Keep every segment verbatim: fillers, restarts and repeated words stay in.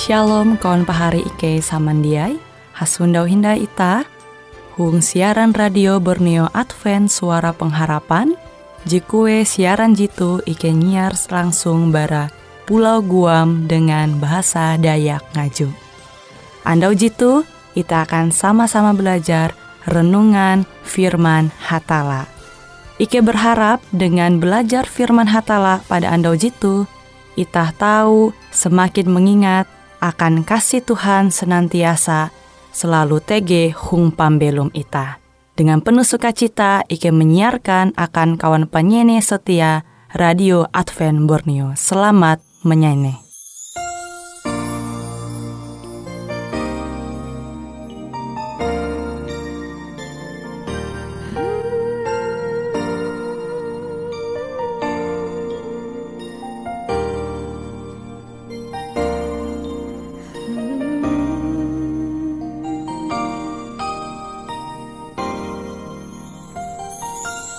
Shalom kawan pahari Ike samandiai, hasundau hindai ita, hung siaran radio Borneo Advent Suara Pengharapan, jikue siaran jitu Ike nyiar langsung bara Pulau Guam dengan bahasa Dayak Ngaju. Andau jitu, kita akan sama-sama belajar renungan firman Hatala. Ike berharap dengan belajar firman Hatala pada andau jitu, itah tahu semakin mengingat akan kasih Tuhan senantiasa selalu tege hung pambelum ita. Dengan penuh sukacita, Ike menyiarkan akan kawan penyanyi setia Radio Advent Borneo. Selamat menyanyi.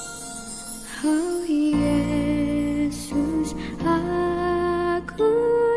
Oh Yesus, aku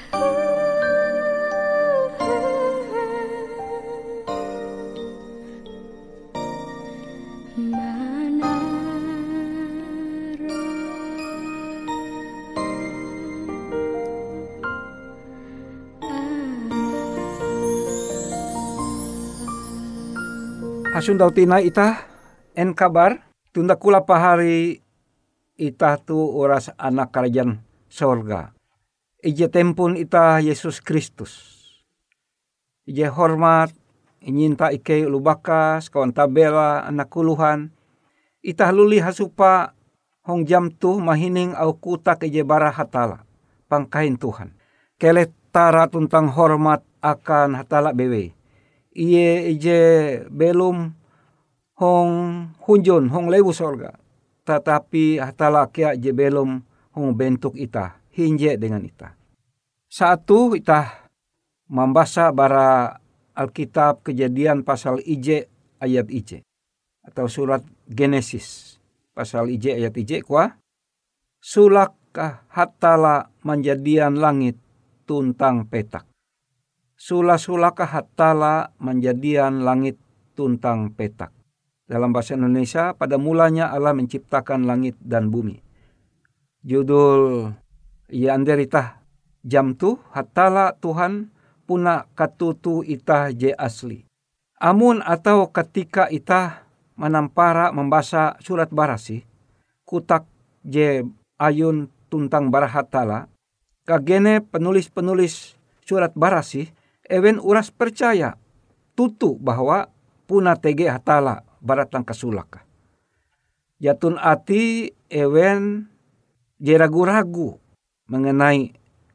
Hasundau tina itah en kabar tunda kula pahari itah tu oras anak kerajaan sorga. Ije tempun itah Yesus Kristus. Ije hormat inyinta ike ulu bakas kawan tabela anak kuluhan. Itah luli hasupa hong jam tu mahining au kutak ije bara hatala pangkain Tuhan. Kelet tara tuntang hormat akan hatala bewe. Iye ije belum hong hunjun hong lewu sorga. Tetapi hatala kia ije belum hong bentuk ita. Hinje dengan ita. Satu ita membaca bara Alkitab Kejadian pasal ije ayat ije. Atau surat Genesis pasal ije ayat ije kuah. Sulakah hatala menjadian langit tuntang petak. Sula-sulakah hatala menjadian langit tuntang petak. Dalam bahasa Indonesia, pada mulanya Allah menciptakan langit dan bumi. Judul ya anderitah jam tu hatala Tuhan puna katutu itah je asli. Amun atau ketika itah menampara membaca surat barasi, kutak je ayun tuntang bara hatala, kagene penulis-penulis surat barasi, ewen uras percaya tutu bahwa puna tege hatala baratang kasulaka. Jatun ati ewen je ragu-ragu mengenai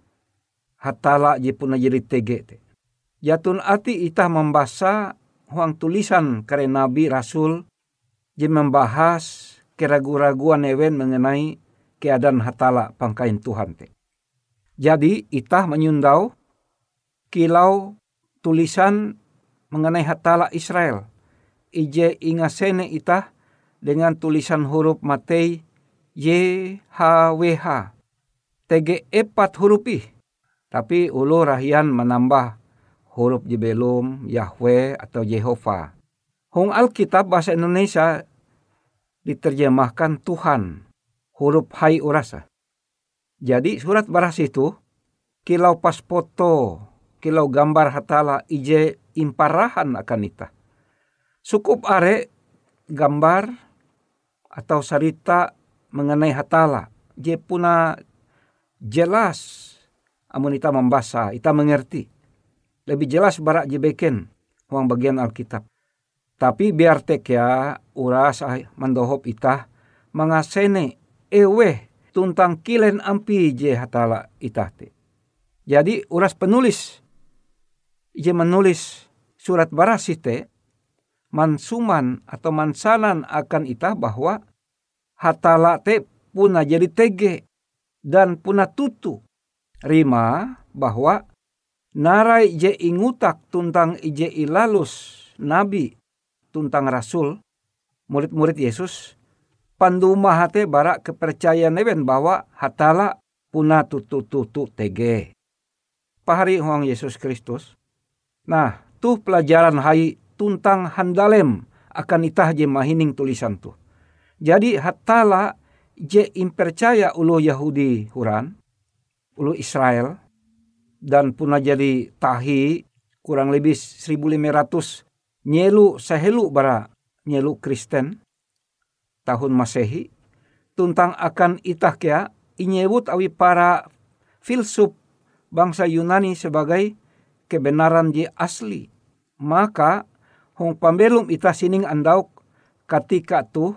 hatala je puna jadi tege te. Jatun ati itah membaca huang tulisan kare nabi rasul je membahas keragu-raguan ewen mengenai keadaan hatala pangkain Tuhan te. Jadi itah menyundau kilau tulisan mengenai hatala Israel. Ije ingasene itah dengan tulisan huruf Matei Y H W H. Tege epat huruf ih. Tapi ulu rahian menambah huruf jebelum, Yahweh atau Yehova. Hong Alkitab bahasa Indonesia diterjemahkan Tuhan. Huruf hai urasa. Jadi surat barasi itu kilau pas foto, kilau gambar hatala ije imparahan akan ita. Cukup are gambar atau sarita mengenai hatala. Je puna jelas amun ita membaca, ita mengerti. Lebih jelas barak je beken huang bagian Alkitab. Tapi biar tek ya uras mandohop ita mengasene ewe tuntang kilen ampi je hatala ita te. Jadi uras penulis je menulis surat barasi te mansuman atau mansanan akan ita bahwa hatala te puna jadi tege dan puna tutu. Rima bahwa narai je ingutak tuntang ije ilalus nabi tuntang rasul murid-murid Yesus pandumah hate barak kepercayaan even bahwa hatala puna tutu-tutu tege. Pahari huang Yesus Kristus. Nah, tuh pelajaran hai tuntang handalem akan itah je mahining tulisan tu. Jadi hatala je impercaya ulu Yahudi huran, ulu Israel, dan puna jadi tahi kurang lebih seribu lima ratus nyelu sehelu bara nyelu Kristen tahun Masehi, tuntang akan itah kya inyebut awi para filsuf bangsa Yunani sebagai kebenaran je asli. Maka hong pambelum ita sining andauk ketika tuh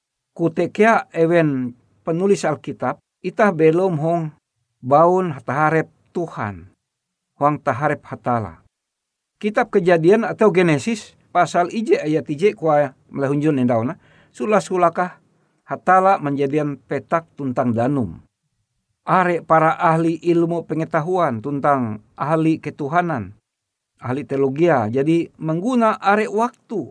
kutekya ewen penulis Alkitab ita belum hong baun taharep Tuhan. Hong taharep hatala. Kitab Kejadian atau Genesis pasal ije ayat ije kuah melahunjun endauna. Sula-sulakah hatala menjadian petak tuntang danum. Are para ahli ilmu pengetahuan tuntang ahli ketuhanan. Ahli teologia. Jadi mengguna are waktu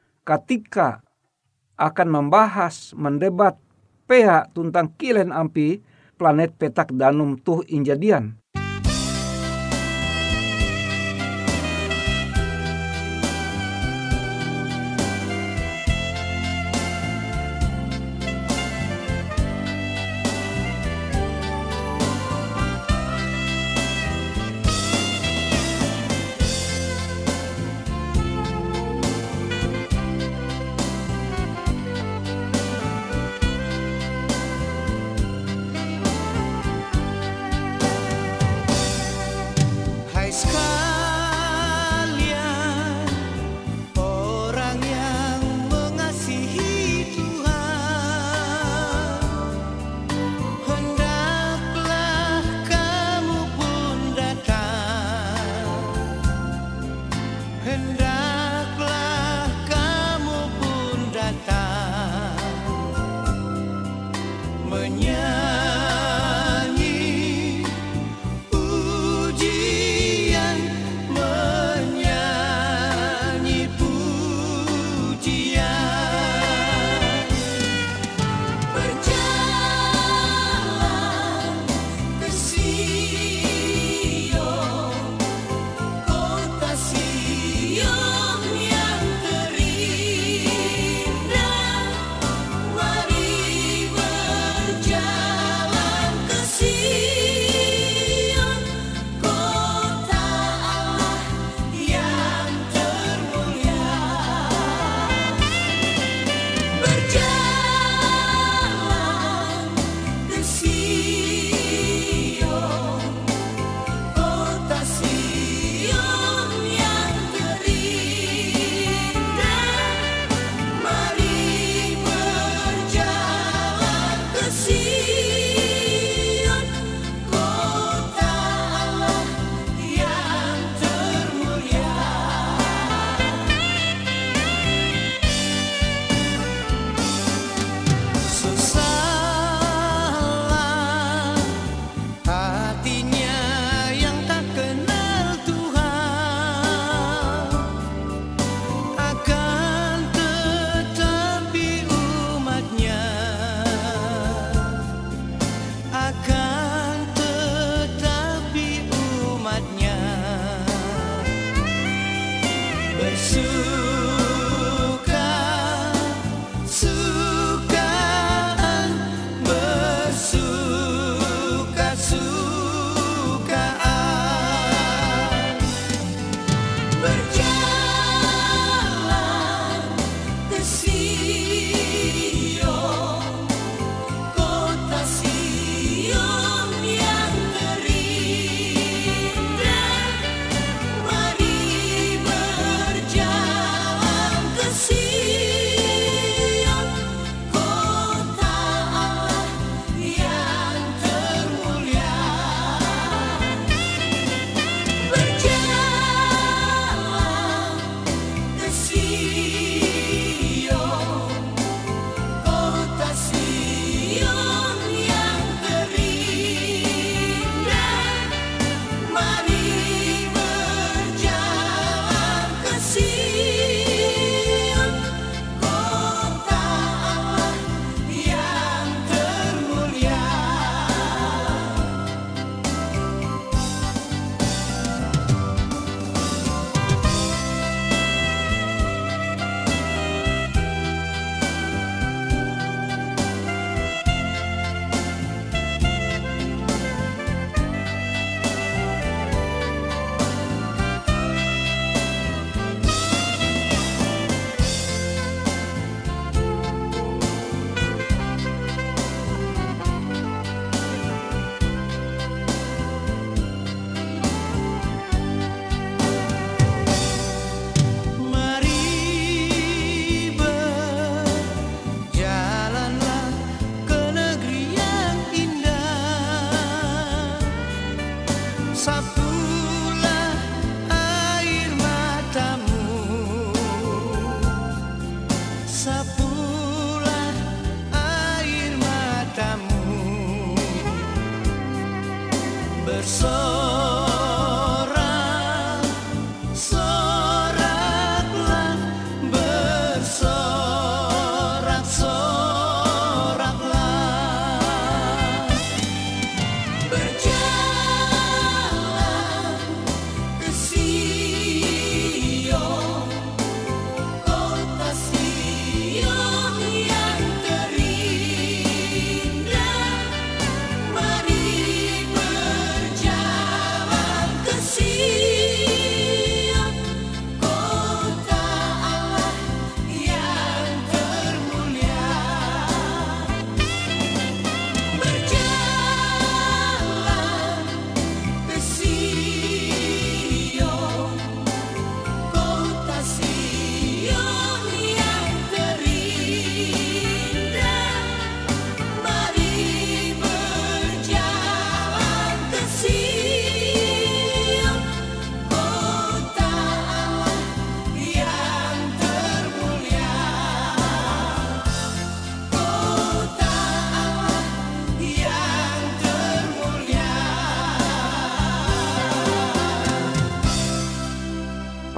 ketika akan membahas, mendebat pea tuntang kilen ampi planet petak danum tuh injadian. Hai sekalian orang yang mengasihi Tuhan, hendaklah kamu pun datang, hendaklah kamu pun datang, menyanyi pujian, menyanyi pujian. Berjalan ke Sion, kota Sion yang terindah. Mari berjalan ke Sion, kota Allah yang termulia. Berjalan ke Sion, kota Sion yang terindah. Mari berjalan ke Sion, kota Allah yang termulia. Susahlah hatinya yang tak kenal Tuhan, akan tetapi umatnya, akan tetapi umatnya bersuka sukaan, bersuka sukaan. Berjalan ke Sion, kota Sion yang terindah. Mari berjalan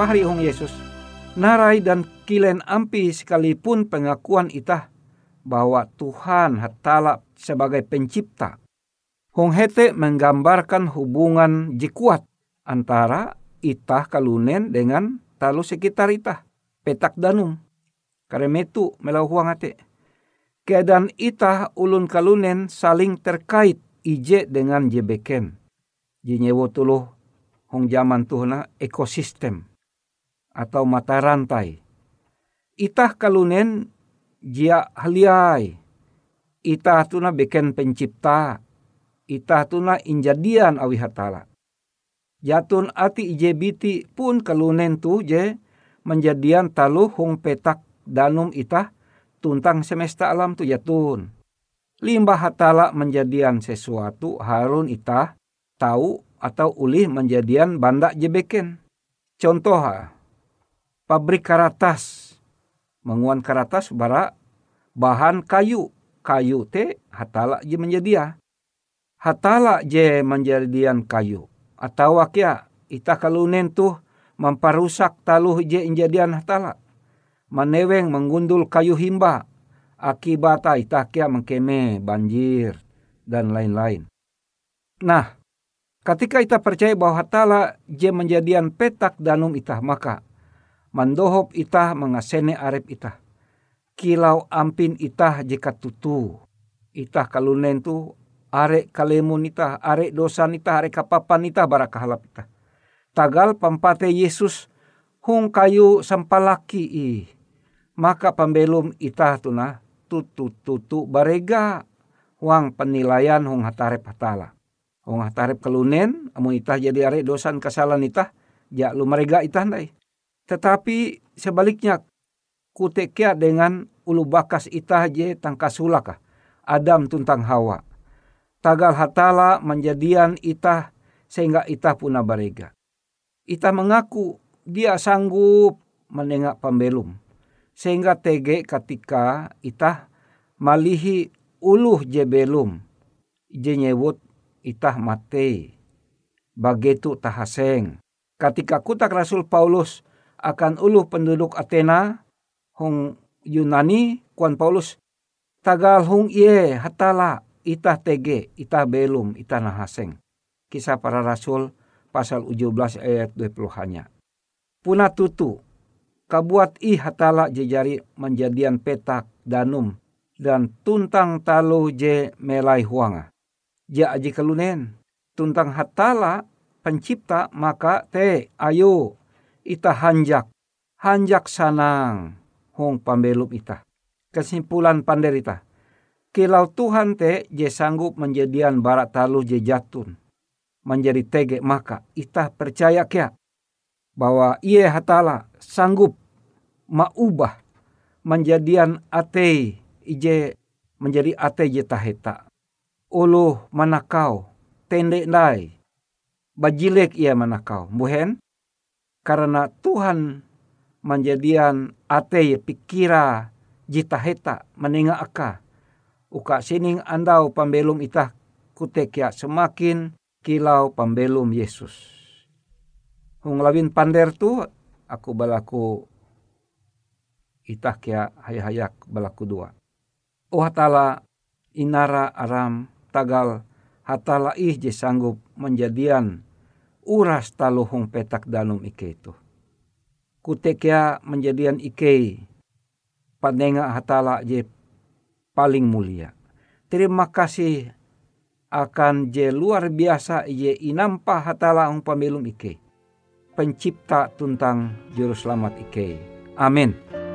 pahari hong Yesus, narai dan kilen ampi sekalipun pengakuan itah bahwa Tuhan hatala sebagai pencipta. Hong hete menggambarkan hubungan jikuat antara itah kalunen dengan talu sekitar itah, petak danum. Karemetu melau huang ate. Keadaan itah ulun kalunen saling terkait ije dengan jebeken. Jinyewo tuluh hong zaman tuhna ekosistem atau mata rantai. Itah kalunen jia haliai. Itah tuna beken pencipta. Itah tuna injadian awi hatala. Jatun ati ije biti pun kalunen tu je menjadian taluh hong petak danum itah tuntang semesta alam tu jatun. Limbah hatala menjadian sesuatu harun itah tahu atau ulih menjadian banda jebeken. Contoh, pabrik karatas. Menguan karatas bara bahan kayu. Kayu te hatala je menjadia. Hatala je menjadian kayu. Atau wakia itah kalunen tuh memparusak taluh je injadian hatala. Maneweng menggundul kayu himba. Akibata itah kia mengkeme banjir dan lain-lain. Nah, ketika itah percaya bahwa hatala je menjadian petak danum itah, maka mandohop itah mengasene arep itah. Kilau ampin itah jika tutu. Itah kalunen tu are kalemun itah, are dosan itah, are kapapan itah barakahalap itah. Tagal pampate Yesus hung kayu sampalaki i. Maka pembelum itah tuna tutu-tutu barega huang penilaian hung hatarep hatala. Hung hatarep kalunen amun itah jadi are dosan kesalahan itah ja lu merega itah ndai. Tetapi sebaliknya kutekia dengan ulu bakas itah je tangkasulaka Adam tuntang Hawa. Tagal hatala menjadian itah sehingga itah puna barega. Itah mengaku dia sanggup menengak pembelum. Sehingga tege ketika itah malihi uluh je belum. Je nyewut itah mate. Bagetu tahaseng. Ketika kutak Rasul Paulus akan uluh penduduk Athena hong Yunani, kuan Paulus tagal hong iye hatala itah tege, itah belum, itah nahaseng. Kisah para Rasul pasal tujuh belas ayat dua puluh hanya. Puna tutu, kabuat ih hatala jejari menjadian petak danum dan tuntang talu je melai huanga. Ja aji kalunen, tuntang hatala pencipta maka te ayo itah hanjak, hanjak sanang hong pambelum itah. Kesimpulan panderita, kilau Tuhan te je sanggup menjadian barat talu je jatun. Menjadi tege maka itah percaya kia bahwa ia hatala sanggup maubah menjadian ate ije menjadi ate je taheta. Uluh manakau tende ndai bajilek ia manakau buhen karena Tuhan menjadian ate pikira jitaheta meninga aka uka sining andau pambelum itah kutekia semakin kilau pambelum Yesus. Hung lawin pander tu aku balaku itah kia hayak-hayak balaku dua. Oh hatala inara aram tagal hatala ih je sanggup menjadian uras talu hung petak danum ike itu. Kutekia menjadian ike pandenga hatala je paling mulia. Terima kasih akan je luar biasa je inampa hatala hong pambelum ike. Pencipta tuntang juru selamat ike. Amin.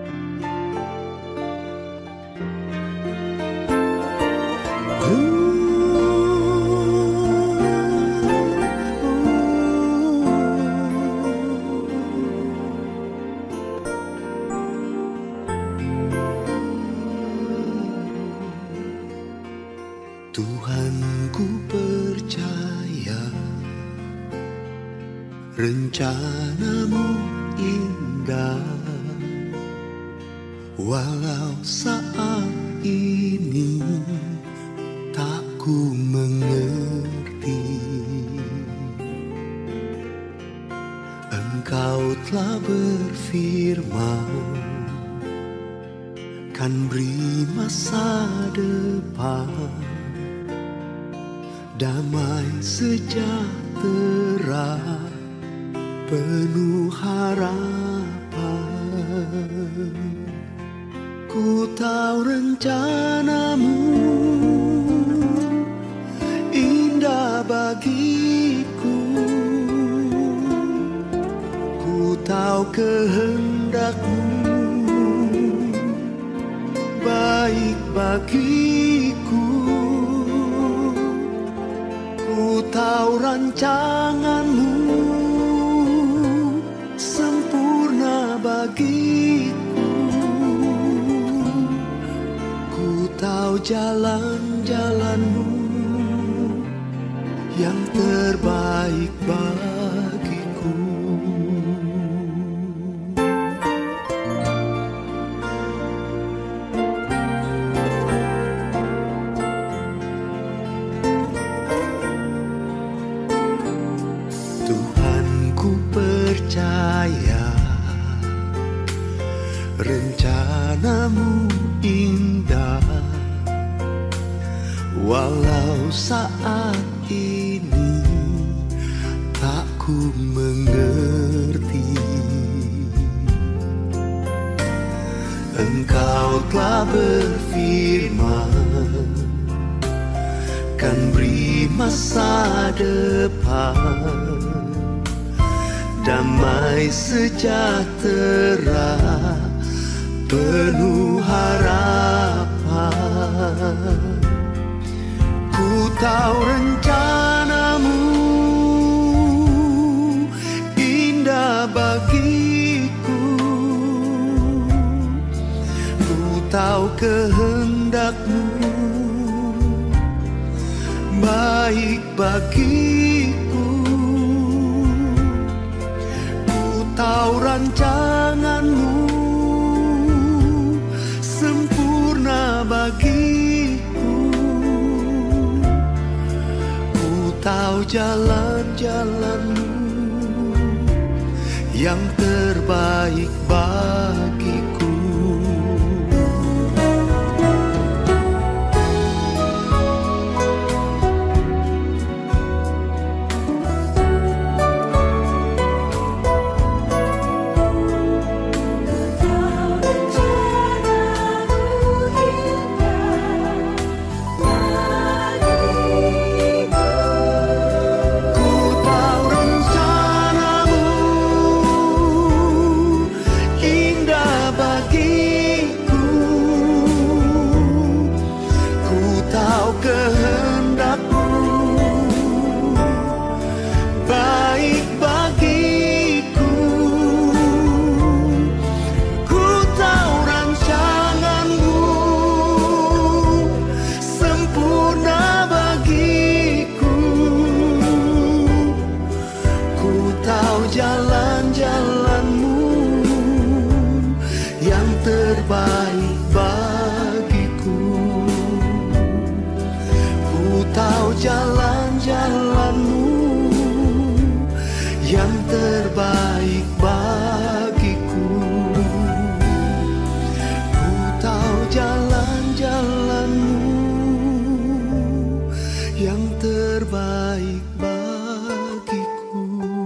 Rencanamu indah, walau saat ini tak ku mengerti. Engkau telah berfirman, kan beri masa depan, damai sejahtera, penuh harapan. Ku tahu rencanamu indah bagiku, ku tahu kehendakmu baik bagiku, ku tahu rancanganmu sempurna bagiku, ku tahu jalan-jalanmu yang terbaik bagiku. Percaya rencanamu indah, walau saat ini tak ku mengerti. Engkau telah berfirman, kan beri masa depan, damai sejahtera, penuh harapan. Ku tahu rencanamu indah bagiku, ku tahu kehendakmu baik bagiku, tahu rancanganmu sempurna bagiku, ku tahu jalan-jalanmu yang terbaik bagiku. Jalan-jalanmu yang terbaik bagiku, ku tahu jalan-jalanmu yang terbaik bagiku.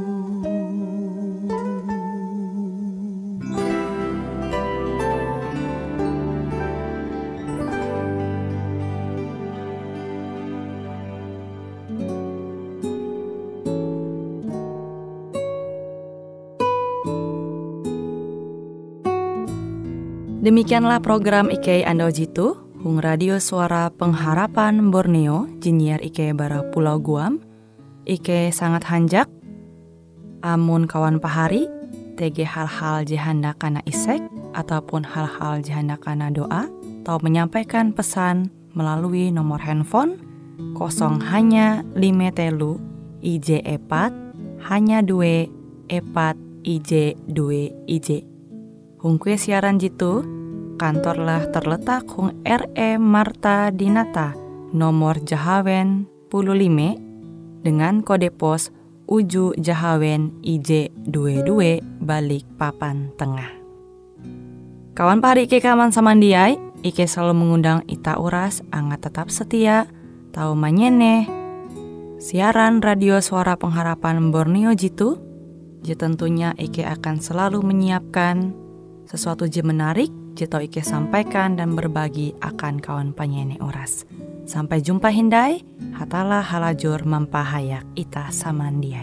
Demikianlah program Ike Ando Jitu, Hung Radio Suara Pengharapan Borneo, Jinnyar Ike Bara Pulau Guam. Ike sangat hanjak, amun kawan pahari, tege hal-hal jihanda kana isek, ataupun hal-hal jihanda kana doa, atau menyampaikan pesan melalui nomor handphone kosong hanya lima telu I J epat hanya dua epat I J dua I J. Hung kue siaran jitu, kantorlah terletak Hung R E Marta Dinata, nomor Jahawen puluh lima, dengan kode pos Uju Jahawen I J dua dua balik papan tengah. Kawan pahari Ike kaman samandiai, Ike selalu mengundang ita uras angga tetap setia, tahu manyeneh siaran radio Suara Pengharapan Borneo Jitu. Je tentunya Ike akan selalu menyiapkan sesuatu je menarik, je tau Ike sampaikan dan berbagi akan kawan penyanyi oras. Sampai jumpa hindai, hatalah halajur mampahayak ita samandiai.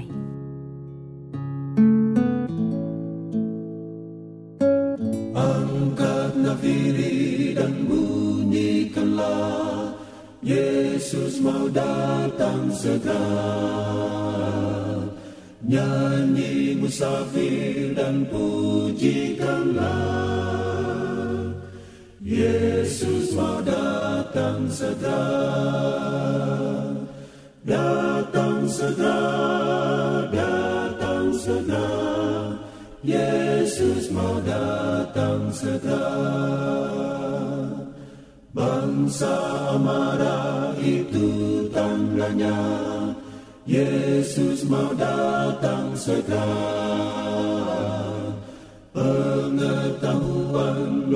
Angkat nafiri dan bunyikanlah, Yesus mau datang segera. Nyanyi musafir dan pujikanlah, Yesus mau datang segera. Datang segera, datang segera, Yesus mau datang segera. Bangsa marah itu tandanya, Yesus mau datang segera. Pengetahuan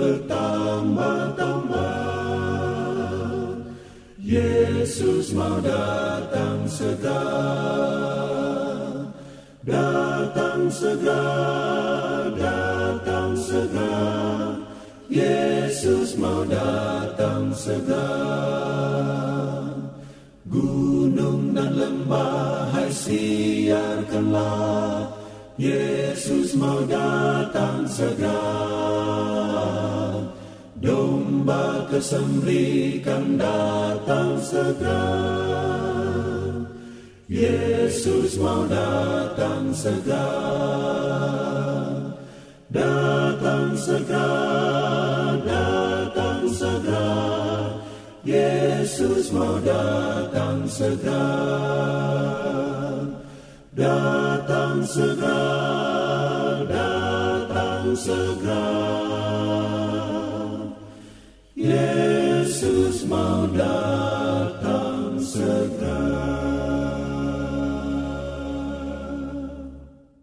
bertambah-tambah, Yesus mau datang segera. Datang segera, datang segera, Yesus mau datang segera. Gunung dan lembah hai siarkanlah, Yesus mau datang segera. Domba kesembelikan datang segera, Yesus mau datang segera. Datang segera, datang segera, Yesus mau datang segera. Datang segera, datang segera,